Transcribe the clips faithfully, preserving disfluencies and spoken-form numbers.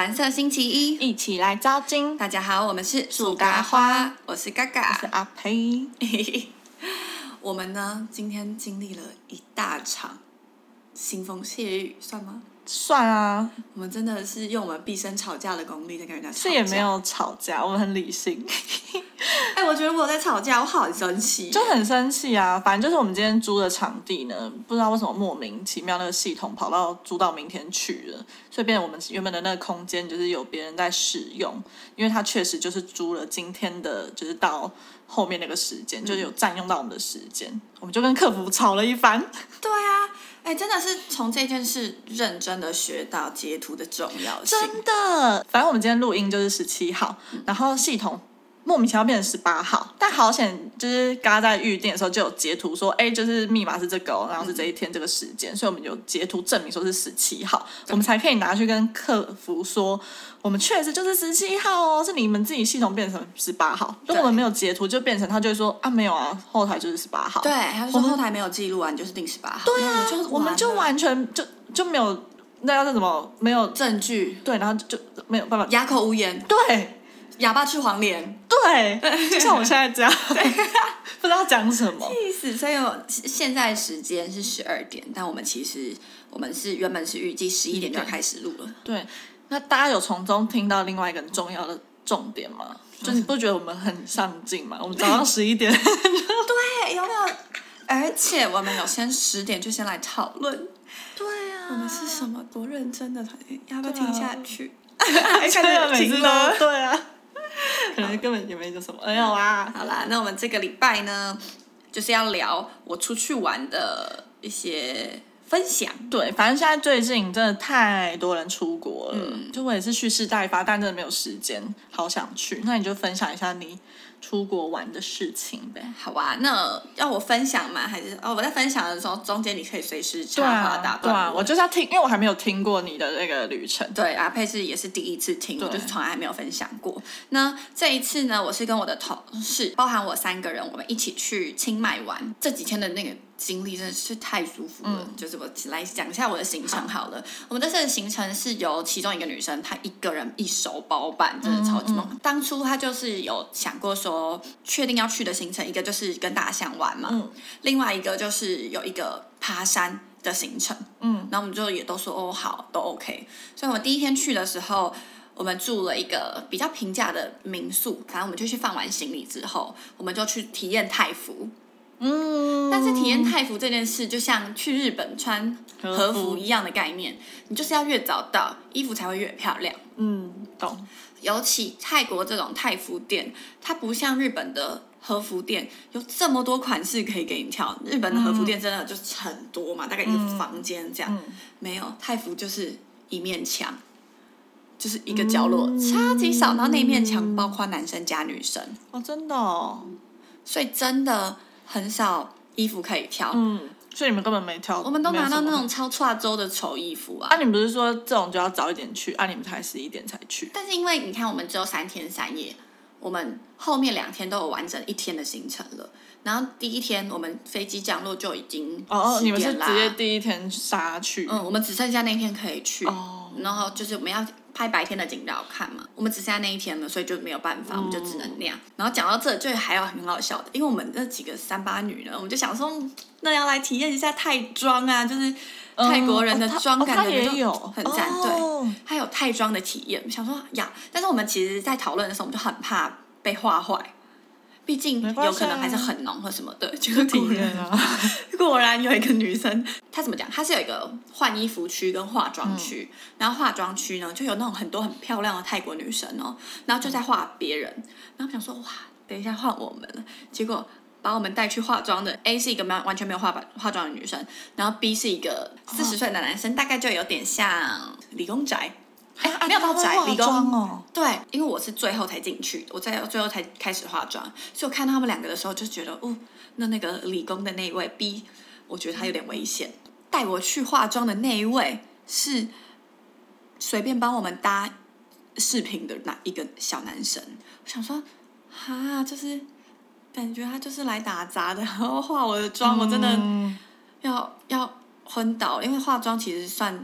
蓝色星期一， 一起来招金。 大家好，我们是树咖花， 我是嘎嘎， 我是阿培。 我们呢，今天经历了一大场腥风血雨，算吗？ 算啊， 我们真的是用我们毕生吵架的功力在跟人家吵架。 这也没有吵架，我们很理性。 哎、欸，我觉得我在吵架，我好生气， 就很生气啊！反正就是我们今天租的场地呢，不知道为什么莫名其妙那个系统跑到租到明天去了，所以变成我们原本的那个空间就是有别人在使用，因为它确实就是租了今天的，就是到后面那个时间，就是有占用到我们的时间，我们就跟客服吵了一番。 对啊。哎、欸，真的是从这件事认真的学到截图的重要性。 真的，反正我们今天录音就是十七号、嗯，然后系统莫名其妙变成十八号，但好险，就是刚刚在预定的时候就有截图说，哎，就是密码是这个、哦，然后是这一天这个时间、嗯，所以我们有截图证明说是十七号，我们才可以拿去跟客服说，我们确实就是十七号哦，是你们自己系统变成十八号。如果我们没有截图，就变成他就会说啊没有啊，后台就是十八号。 对，他就说后台没有记录啊，你就是定十八号。 对啊，就我们就完全就就没有那叫做什么没有证据， 对，然后就就没有办法， 哑口无言。 对。 哑巴吃黄连， 对，就像我现在这样，不知道讲什么， 气死！所以我现在时间是十二点，但我们其实我们是原本是预计十一点就要开始录了。 对，那大家有从中听到另外一个很重要的重点吗？就你不觉得我们很上进吗？我们早上十一点， 对，有没有？而且我们有先十点就先来讨论， 对啊， 我们是什么多认真的团队，要不要听下去？ 还看着每次都对啊。可能根本也没就什么，没有啊。 好啦，那我们这个礼拜呢，就是要聊我出去玩的一些分享。 对，反正现在最近真的太多人出国了， 嗯， 就我也是蓄势待发，但真的没有时间，好想去。那你就分享一下你出国玩的事情呗。 好啊，那要我分享吗？还是哦，我在分享的时候，中间你可以随时插话打断我。 对啊，我就是要听，因为我还没有听过你的那个旅程。 对，阿佩是也是第一次听，我就是从来没有分享过。那这一次呢，我是跟我的同事，包含我三个人，我们一起去清迈玩。这几天的那个经历真的是太舒服了。嗯、就是我来讲一下我的行程好了。好，我们这次的行程是由其中一个女生，她一个人一手包办，真的超级猛。嗯嗯，当初她就是有想过说，确定要去的行程，一个就是跟大象玩嘛，嗯、另外一个就是有一个爬山的行程，嗯，然后我们就也都说哦好，都 OK。所以我们第一天去的时候，我们住了一个比较平价的民宿，反正我们就去放完行李之后，我们就去体验泰服。嗯，但是体验泰服这件事，就像去日本穿和服一样的概念，你就是要越早到，衣服才会越漂亮。 嗯，懂。 尤其泰国这种泰服店，它不像日本的和服店有这么多款式可以给你挑。日本的和服店真的就是很多嘛，嗯、大概一个房间这样。嗯、没有泰服就是一面墙，就是一个角落，嗯、超级少。然后那面墙包括男生加女生。 哦，真的哦。 所以真的很少衣服可以挑。 嗯。所以你们根本没挑， 我们都拿到那种超跨州的丑衣服啊！ 啊，你们不是说这种就要早一点去，啊，你们才十一点才去。 但是因为你看，我们只有三天三夜，我们后面两天都有完整一天的行程了。然后第一天我们飞机降落就已经哦，你们是直接第一天杀去？ 嗯，我们只剩下那天可以去。哦，然后就是我们要拍白天的景给我看嘛，我们只剩下那一天了，所以就没有办法，我们就只能那样。然后讲到这，就还有很好笑的，因为我们那几个三八女呢，我们就想说，那要来体验一下泰妆啊，就是泰国人的妆感觉也有很赞，哦、对，还有泰妆的体验。想说呀，但是我们其实，在讨论的时候，我们就很怕被画坏。毕竟有可能还是很浓或什么的，就体验啊。果然有一个女生，她怎么讲？她是有一个换衣服区跟化妆区，嗯、然后化妆区呢就有那种很多很漂亮的泰国女生哦，然后就在画别人，然后想说哇，等一下换我们了，结果把我们带去化妆的 A 是一个完全没有化化妆的女生，然后 B 是一个四十岁的男生，哦、大概就有点像理工宅。哎、欸，没有到宅，理工哦。 对，因为我是最后才进去，我在最后才开始化妆，所以我看到他们两个的时候就觉得，哦，那那个理工的那一位 B， 我觉得他有点危险。带我去化妆的那一位是随便帮我们搭视频的那一个小男生，我想说，哈，就是感觉他就是来打杂的，然后化我的妆，嗯、我真的要要昏倒，因为化妆其实算。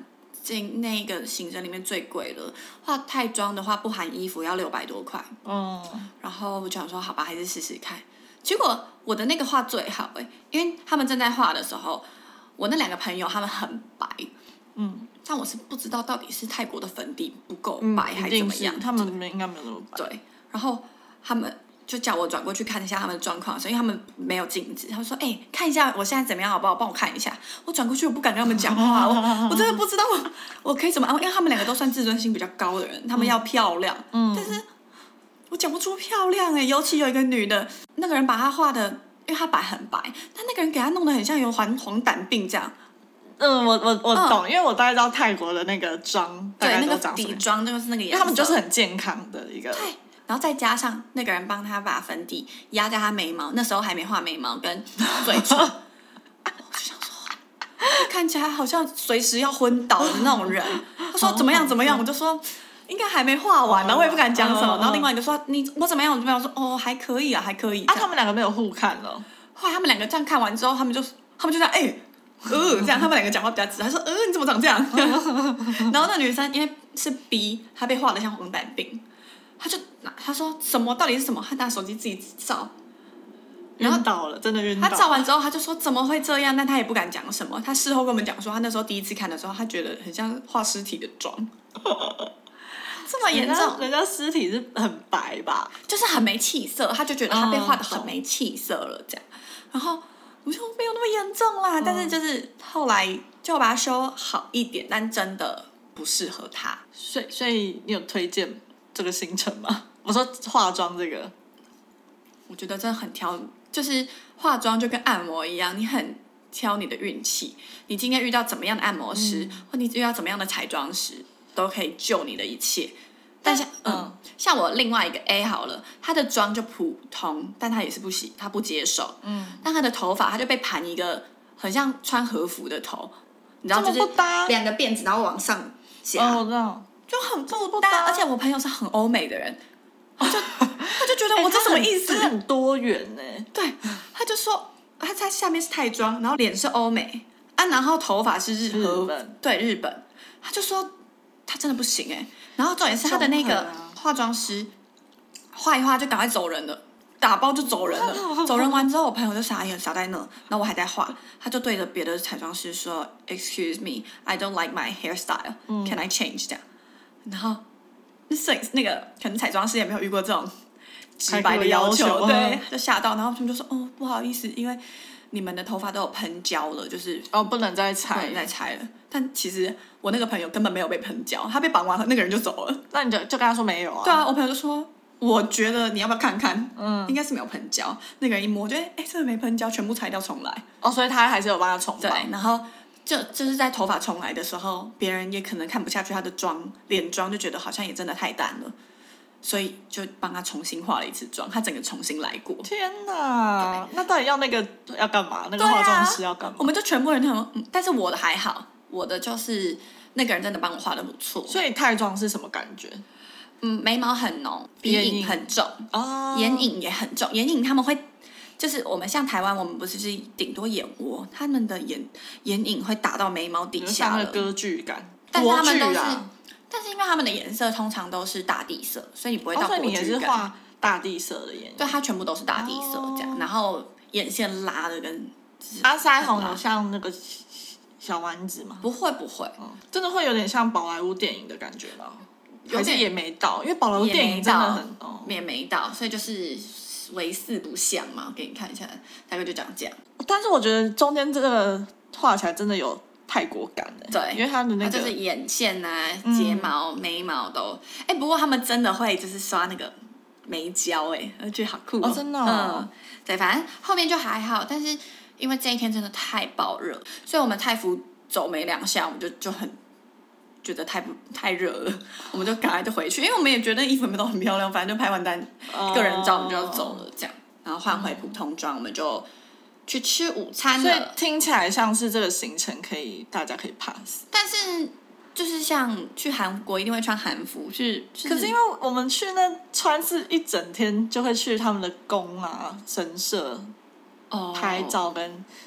这那个行程里面最贵了，化泰妆的话不含衣服要六百多块。 嗯， 然后我就想说，好吧，还是试试看。结果我的那个画最好哎、欸，因为他们正在画的时候，我那两个朋友他们很白， 嗯， 但我是不知道到底是泰国的粉底不够白、 嗯、 还是怎么样， 他们应该没有那么白。 对，然后他们就叫我转过去看一下他们的状况，因为他们没有镜子，他们说：“哎、欸，看一下我现在怎么样，好不好？帮我看一下。”我转过去，我不敢跟他们讲话，我我真的不知道我我可以怎么安慰，因为他们两个都算自尊心比较高的人，他们要漂亮，嗯，但是我讲不出漂亮哎、欸，尤其有一个女的，那个人把她画的，因为她白很白，但那个人给她弄得很像有黄黄疸病这样。 嗯，我我我懂、嗯，因为我大概知道泰国的那个妆， 对，那个底妆就是那个颜色， 因为他们就是很健康的一个。 对，然后再加上那个人帮她把粉底压在她眉毛，那时候还没画眉毛跟嘴唇，我就想说，看起来好像随时要昏倒的那种人。他说怎么样怎么样，我就说。应该还没画完，然后我也不敢讲什么。然后另外一个说你我怎么样，我怎么样？我说哦还可以啊，还可以。 啊，他们两个没有互看了。 后来他们两个这样看完之后，他们就他们就这样哎、欸，呃，这样他们两个讲话比较直。他说呃你怎么长这样？然后那女生因为是 B， 她被画得像黄疸病，她就她说什么到底是什么？她拿手机自己照， 然后晕倒了，真的晕倒。 她照完之后，她就说怎么会这样？但她也不敢讲什么。她事后跟我们讲说，她那时候第一次看的时候，她觉得很像画尸体的妆。这么严重， 人家尸体是很白吧， 就是很没气色，他就觉得他被画得很没气色了，这样。嗯、然后我就没有那么严重啦、嗯，但是就是后来就把它修好一点，但真的不适合他。 所以，所以你有推荐这个行程吗？我说化妆这个， 我觉得真的很挑，就是化妆就跟按摩一样，你很挑你的运气。你今天遇到怎么样的按摩师，嗯、或你遇到怎么样的彩妆师。都可以救你的一切，但像嗯，嗯，像我另外一个 A 好了，他的妆就普通，但他也是不喜，他不接受，嗯，但他的头发他就被盘一个很像穿和服的头，你知道就是两个辫子然后往上夹， 哦，这样就很不搭，而且我朋友是很欧美的人，他就他就觉得我这什么意思？ 欸、很多元呢、欸， 对，他就说他他下面是泰妆，然后脸是欧美啊，然后头发是日和日本， 对日本，他就说。他真的不行哎、欸，然后重点是他的那个化妆师画一画就赶快走人了，打包就走人了。走人完之后，我朋友就傻眼傻在那，然后我还在画，他就对着别的彩妆师说 ：“Excuse me, I don't like my hairstyle. Can I change 这样？”然后那摄影那个可能彩妆师也没有遇过这种直白的要求，要求对，就吓到，然后他们就说：“哦，不好意思，因为你们的头发都有喷胶了，就是哦，不能再拆， 不能再拆了。”但其实我那个朋友根本没有被喷胶，他被绑完，那个人就走了。 那你就就跟他说没有啊？ 对啊，我朋友就说，我觉得你要不要看看？嗯，应该是没有喷胶。那个人一摸，觉得哎，真的没喷胶，全部拆掉重来。 哦，所以他还是有帮他重对，然后就就是在头发重来的时候，别人也可能看不下去他的妆，脸妆就觉得好像也真的太淡了，所以就帮他重新化了一次妆，他整个重新来过。 天哪，那到底要那个要干嘛？那个化妆师要干嘛？ 我们就全部人都很，嗯，但是我的还好。我的就是那个人真的帮我画的不错， 所以泰妆是什么感觉？ 嗯，眉毛很浓，鼻影很重， 哦， 眼影也很重。眼影他们会，就是我们像台湾，我们不是是顶多眼窝，他们的眼眼影会打到眉毛底下了， 歌剧感。 但是他们都是，啊、但是因为他们的颜色通常都是大地色，所以你不会到国剧感。 哦、所以你也是画大地色的眼影？ 对，它全部都是大地色这样，哦、然后眼线拉的跟阿腮红有像那个。小丸子吗？ 不会不会、 嗯，真的会有点像宝莱坞电影的感觉吗？还是也没到，因为宝莱坞电影真的很哦， 也没到，所以就是为四不像嘛。我给你看一下，大概就长这样。 但是我觉得中间这个画起来真的有泰国感的， 对， 因为它的那个就是眼线啊、睫毛、嗯、眉毛都，哎、欸，不过他们真的会就是刷那个眉胶、欸，哎，我觉得好酷哦, 哦，真的、哦， 嗯，对，反正后面就还好，但是。因为这一天真的太爆热，所以我们泰服走没两下，我们就就很觉得太不太热了，我们就赶快就回去，因为我们也觉得衣服们都很漂亮，反正就拍完单、oh. 个人照我们就要走了，这样，然后换回普通装，我们就去吃午餐了。 所以听起来像是这个行程可以大家可以 pass， 但是就是像去韩国一定会穿韩服，是、就是、 可是因为我们去那穿是一整天，就会去他们的宫啊神社。 Oh, 拍照跟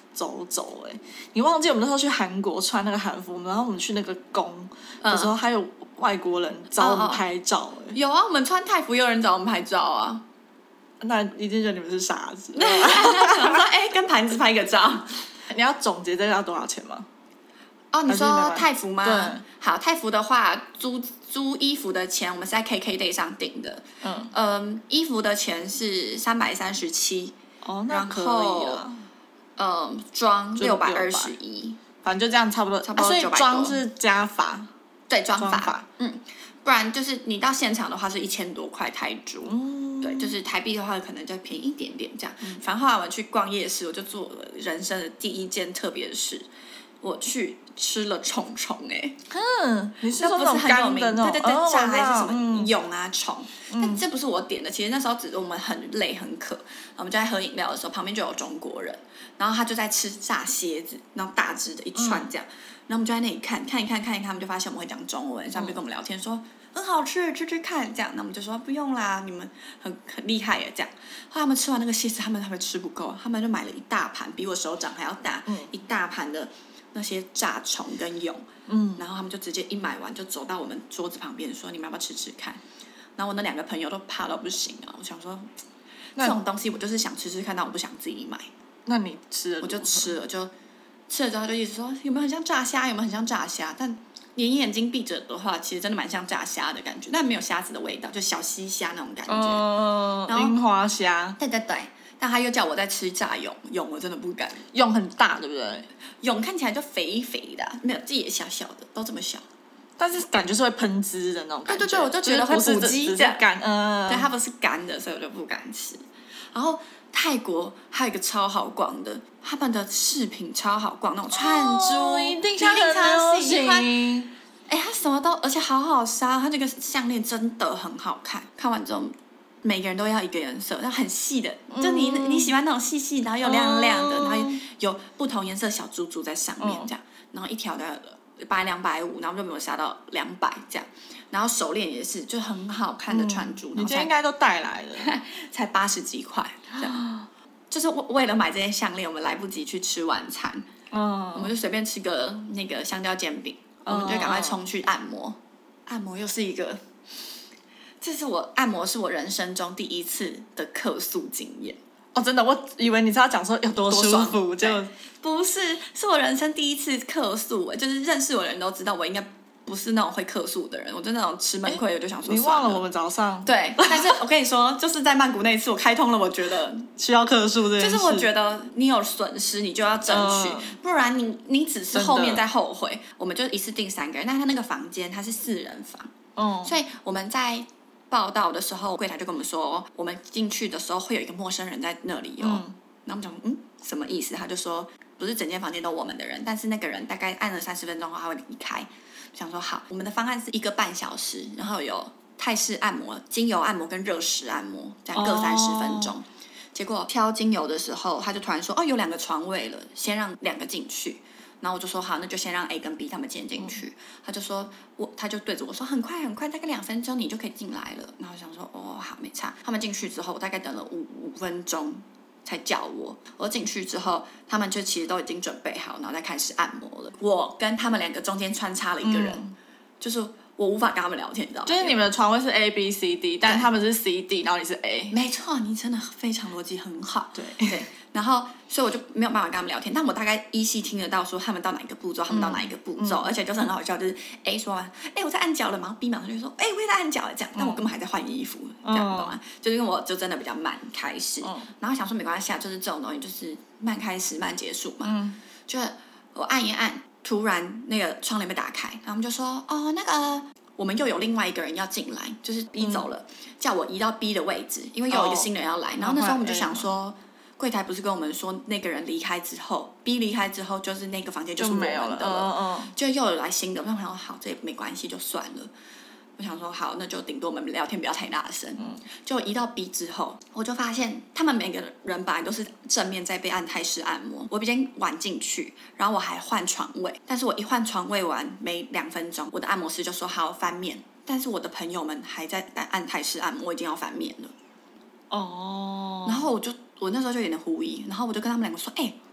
走走哎、欸，你忘记我们那时候去韩国穿那个韩服，然后我们去那个宫的时候，还有外国人找我们拍照哎、欸。 有啊，我们穿泰服也有人找我们拍照啊。 那一定觉得你们是傻子。 想说哎、欸，跟盘子拍个照。 你要总结这个要多少钱吗？ 哦，你说泰服吗？ 对， 好，泰服的话，租租衣服的钱我们是在 K K Day 上订的。嗯嗯，衣服的钱是三百三十七。 哦，那可以啊。 嗯，妆六百二十一， 反正就这样差不多， 差不多九百多。 所以妆是加法， 对，妆法，嗯，不然就是你到现场的话是一千多块泰铢，嗯，对，就是台币的话可能就便宜一点点这样。嗯、反正后来我们去逛夜市，我就做了人生的第一件特别的事，我去吃了虫虫哎， 嗯，你是说那不是很有名的那种， 对对对，炸、 哦、 还是什么蛹啊嗯、 虫，但这不是我点的。其实那时候只是我们很累很渴，我们就在喝饮料的时候，旁边就有中国人，然后他就在吃炸蝎子，然后大只的一串这样，嗯、然后我们就在那里看看一看看一看，他们就发现我们会讲中文，他们就跟我们聊天说。很好吃，吃吃看，这样，那我们就说不用啦，你们很很厉害耶，这样。后来他们吃完那个蝎子，他们他们吃不够，他们就买了一大盘，比我手掌还要大，嗯、一大盘的那些炸虫跟蛹，嗯，然后他们就直接一买完就走到我们桌子旁边说：“你们要不要吃吃看？”然后我那两个朋友都怕到不行啊，我想说这种东西我就是想吃吃看，但我不想自己买。 那你吃了？ 我就吃了，就吃了之后就一直说有没有很像炸虾，有没有很像炸虾，但。你眼睛闭着的话，其实真的蛮像炸虾的感觉，但没有虾子的味道，就小溪虾那种感觉。 嗯，樱花虾。 对对对，但他又叫我在吃炸蛹，蛹我真的不敢。 蛹很大，对不对？ 蛹看起来就肥肥的，没有，这也小小的，都这么小。 但是感觉是会喷汁的那种感觉。 对对对，我就觉得会补鸡这样。干，嗯， 对，它不是干的，所以我就不敢吃。然后泰国还有一个超好逛的，他们的饰品超好逛，那种串珠， 哦、一定很流行。哎，它什么都，而且好好杀，它这个项链真的很好看。看完之后，每个人都要一个颜色，它很细的，嗯、就你你喜欢那种细细，然后又亮亮的，嗯、然后有不同颜色小珠珠在上面这样，嗯、然后一条的百两百五，然后就没有杀到两百这样。然后手链也是，就很好看的串珠， 嗯、你今天应该都带来了， 才八十几块这样。就是为了买这件项链，我们来不及去吃晚餐，嗯，我们就随便吃个那个香蕉煎饼。我们就赶快冲去按摩，按摩又是一个，这是我按摩是我人生中第一次的客诉经验。 哦，真的，我以为你是要讲说有多舒服，就不是，是我人生第一次客诉，就是认识我的人都知道我应该不是那种会客诉的人，我就那种吃闷亏，我就想说你忘了我们早上对，但是我跟你说，就是在曼谷那一次，我开通了，我觉得需要客诉这件事， 就是我觉得你有损失，你就要争取，嗯、不然你你只是后面在后悔。我们就一次订三个人，但他那个房间它是四人房，嗯，所以我们在报到的时候，柜台就跟我们说，我们进去的时候会有一个陌生人在那里哦，嗯、然后我们讲嗯什么意思？他就说不是整间房间都我们的人，但是那个人大概按了三十分钟后他会离开。想说好，我们的方案是一个半小时，然后有泰式按摩、精油按摩跟热石按摩，这样各三十分钟。Oh. 结果挑精油的时候，他就突然说：“哦，有两个床位了，先让两个进去。”然后我就说：“好，那就先让 A 跟 B 他们先进去。嗯”他就说：“我，他就对着我说：‘很快，很快，大概两分钟你就可以进来了。’”然后我想说：“哦，好，没差。”他们进去之后，我大概等了五五分钟。才叫我，我进去之后，他们就其实都已经准备好，然后再开始按摩了。我跟他们两个中间穿插了一个人，嗯、就是我无法跟他们聊天，你知道吗？ 就是你们的床位是 A B C D， 但他们是 C D， 然后你是 A。 没错，你真的非常逻辑很好。 对对，然后所以我就没有办法跟他们聊天，但我大概依稀听得到说他们到哪一个步骤，他们到哪一个步骤，嗯、而且就是很好笑，就是 A 说完，哎，我在按脚了嘛 ，B 马上就说，哎，我也在按脚了，这样，但我根本还在换衣服，嗯、这样懂吗？就是因为我就真的比较慢开始，嗯、然后想说没关系，就是这种东西就是慢开始慢结束嘛，嗯、就我按一按，突然那个窗帘被打开，然后他们就说，哦，那个。我们又有另外一个人要进来，就是 B 走了，嗯、叫我移到 B 的位置，因为又有一个新人要来。哦、然后那时候我们就想说，柜台不是跟我们说，那个人离开之后 ，B 离开之后，就是那个房间就是我们的了，就, 了嗯嗯就又有来新的。我想说好，这也没关系，就算了。我想说好，那就顶多我们聊天不要太大声。嗯、就移到 B 之后，我就发现他们每个人本来都是正面在被按泰式按摩，我比较晚进去，然后我还换床位，但是我一换床位完没两分钟，我的按摩师就说好翻面，但是我的朋友们还在按泰式按摩，我已经要翻面了。哦，然后我就我那时候就有点狐疑，然后我就跟他们两个说，哎、欸。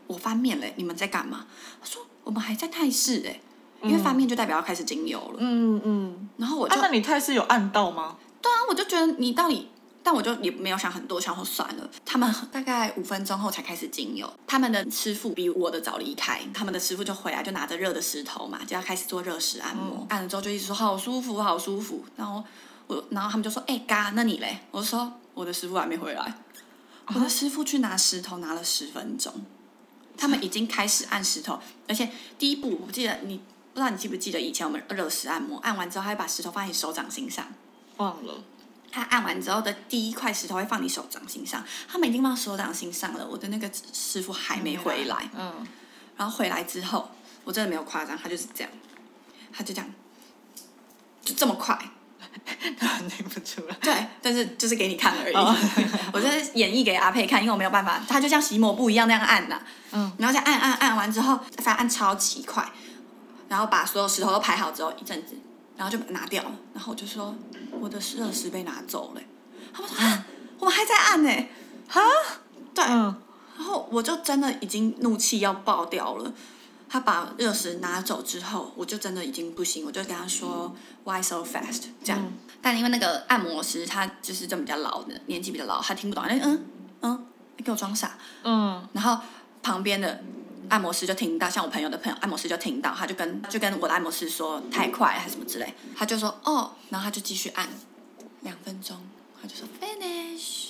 我翻面嘞，你们在干嘛？他说我们还在泰式哎，因为翻面就代表要开始精油了。 嗯嗯。 然后我就， 啊，那你泰式有按到吗？ 对啊，我就觉得你到底。但我就也没有想很多，想说算了。他们大概五分钟后才开始精油，他们的师傅比我的早离开，他们的师傅就回来，就拿着热的石头嘛，就要开始做热石按摩。嗯、按了之后就一直说好舒服，好舒服。然后我，然后他们就说：“哎、欸，嘎，那你嘞？”我就说：“我的师傅还没回来。啊”我的师傅去拿石头拿了十分钟，他们已经开始按石头，而且第一步我记得你不知道你记不记得以前我们热石按摩，按完之后他会把石头放在你手掌心上， 忘了。 他按完之后的第一块石头会放你手掌心上，他们已经放手掌心上了，我的那个师傅还没回来。嗯，然后回来之后，我真的没有夸张，他就是这样，他就这样，就这么快， 听不出来。 对，但是就是给你看而已。Oh. 我就是演绎给阿佩看，因为我没有办法，他就像洗抹布一样那样按呐、啊，嗯，然后再按按按完之后，反正按超级快，然后把所有石头都排好之后，一阵子，然后就拿掉了，然后我就说。我的热石被拿走了，他们说啊，我们还在按呢，哈，对，嗯、然后我就真的已经怒气要爆掉了。他把热石拿走之后，我就真的已经不行，我就跟他说 Why so fast 这样。嗯、但因为那个按摩师他就是这么比较老的，年纪比较老，他听不懂，他嗯嗯，你给我装傻，嗯，然后旁边的。按摩师就听到，像我朋友的朋友，按摩师就听到，他就跟就跟我的按摩师说太快还是什么之类，他就说哦，然后他就继续按两分钟，他就说 finish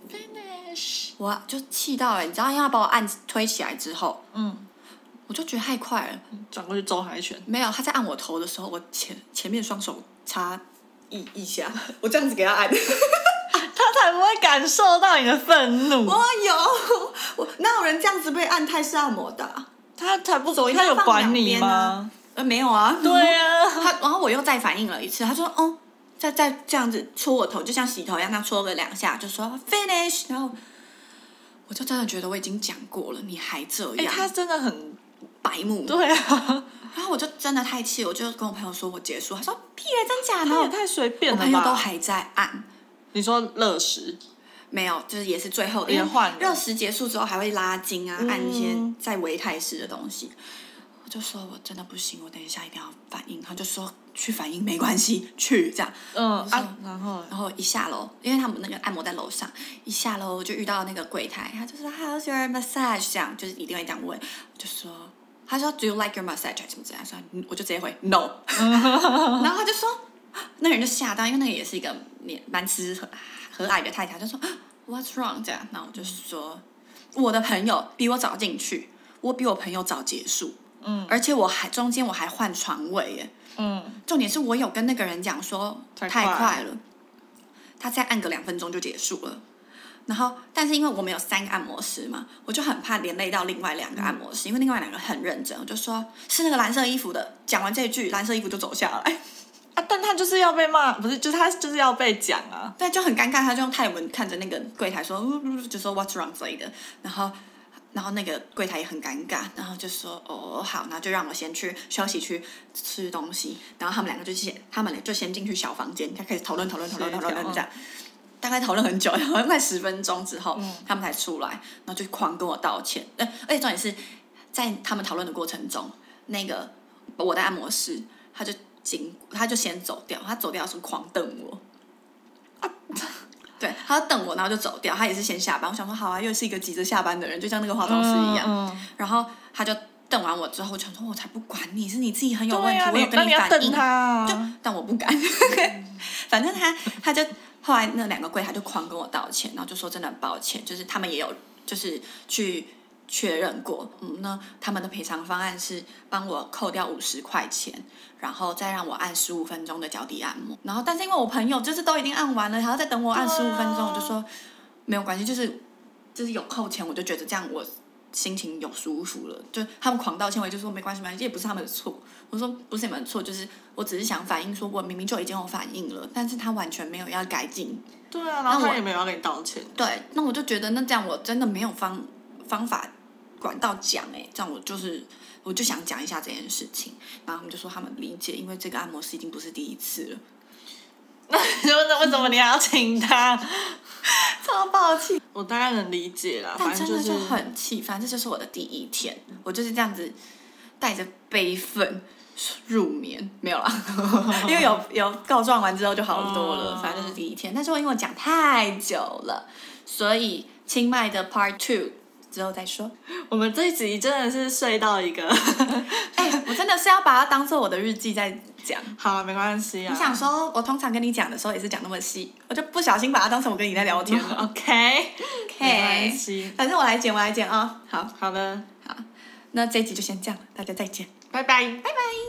finish， 我就气到了，你知道，因为他把我按推起来之后，嗯，我就觉得太快了， 转过去揍他一拳。 没有，他在按我头的时候，我前前面双手插一一下，我这样子给他按。 他才不会感受到你的愤怒。 我有，我哪有人这样子被按泰式按摩的、啊？ 他才不走，他有管你吗？ 呃，没有啊。 对啊。 他然后我又再反应了一次，他说：“哦，再再这样子戳我头，就像洗头一样，那样戳个两下，就说 finish。”然后我就真的觉得我已经讲过了，你还这样。 哎、欸，他真的很白目。 对啊。 然后我就真的太气，我就跟我朋友说我结束，他说：“屁嘞，真假的？” 他也太随便了吧。 我朋友都还在按。 你说热石没有，就是也是最后的。 也换热石结束之后还会拉筋啊，嗯、按一些在维泰式的东西。我就说我真的不行，我等一下一定要反应。他就说去反应没关系，去这样。嗯啊，然后然后一下楼，因为他们那个按摩在楼上，一下楼就遇到那个柜台，他就说 How's your massage？ 这样就是一定会这样问。我就说他说 Do you like your massage？ 什么之类的，说我就直接回 No。然后他就说。那人就吓到，因为那个也是一个蛮慈和蔼的太太，就说 What's wrong 这样，然后我就说我的朋友比我早进去，我比我朋友早结束，嗯，而且我还中间我还换床位耶，嗯，重点是我有跟那个人讲说太快 了, 太快了，他再按个两分钟就结束了，然后但是因为我们有三个按摩师嘛，我就很怕连累到另外两个按摩师，因为另外两个很认真，我就说是那个蓝色衣服的，讲完这句蓝色衣服就走下来。 啊！但他就是要被骂，不是，就是他就是要被讲啊。 对，就很尴尬，他就用泰文看着那个柜台说，就说 What's wrong 之类的，然后，然后那个柜台也很尴尬，然后就说哦好，然后就让我先去休息区吃东西，然后他们两个就先，他们就先进去小房间，他开始讨论讨论讨论讨论这样，大概讨论很久，然后快十分钟之后，嗯、他们才出来，然后就狂跟我道歉，呃，而且重点是在他们讨论的过程中，那个我的按摩师他就。经他就先走掉，他走掉的时候狂瞪我，啊、对，他瞪我，然后就走掉。他也是先下班，我想说好啊，又是一个急着下班的人，就像那个化妆师一样。嗯嗯、然后他就瞪完我之后，我想说我才不管你，是你自己很有问题，啊、我有跟你反映。 他就但我不敢，反正他他就后来那两个柜台就狂跟我道歉，然后就说真的很抱歉，就是他们也有就是去。确认过，嗯，那他们的赔偿方案是帮我扣掉五十块钱，然后再让我按十五分钟的脚底按摩。然后，但是因为我朋友就是都已经按完了，还要再等我按十五分钟，我就说没有关系，就是就是有扣钱，我就觉得这样我心情有舒服了。就他们狂道歉，我就说没关系，没关系，也不是他们的错。我说不是你们的错，就是我只是想反映说，我明明就已经有反应了，但是他完全没有要改进。 对啊，然后他也没有要跟你道歉。 对，那我就觉得那这样我真的没有方方法。管道讲哎，这样我就是我就想讲一下这件事情，然后他们就说他们理解，因为这个按摩师已经不是第一次了。 那为什么你还要请他？ 超超爆气。 我大概能理解啦， 但反正就是真的就很气，反正这就是我的第一天，我就是这样子带着悲愤入眠，没有啦，因为有有告状完之后就好多了，反正就是第一天。但是我因为我讲太久了，所以清迈的 Part Two 之后再说。 我们这一集真的是睡到一个， 哎、欸，我真的是要把它当做我的日记在讲。 好啊，没关系啊。 你想说，我通常跟你讲的时候也是讲那么细，我就不小心把它当成我跟你在聊天了。 OK， 没关系， 反正我来剪，我来剪啊、哦。好， 好的， 好，那这一集就先这样，大家再见， 拜拜， 拜拜。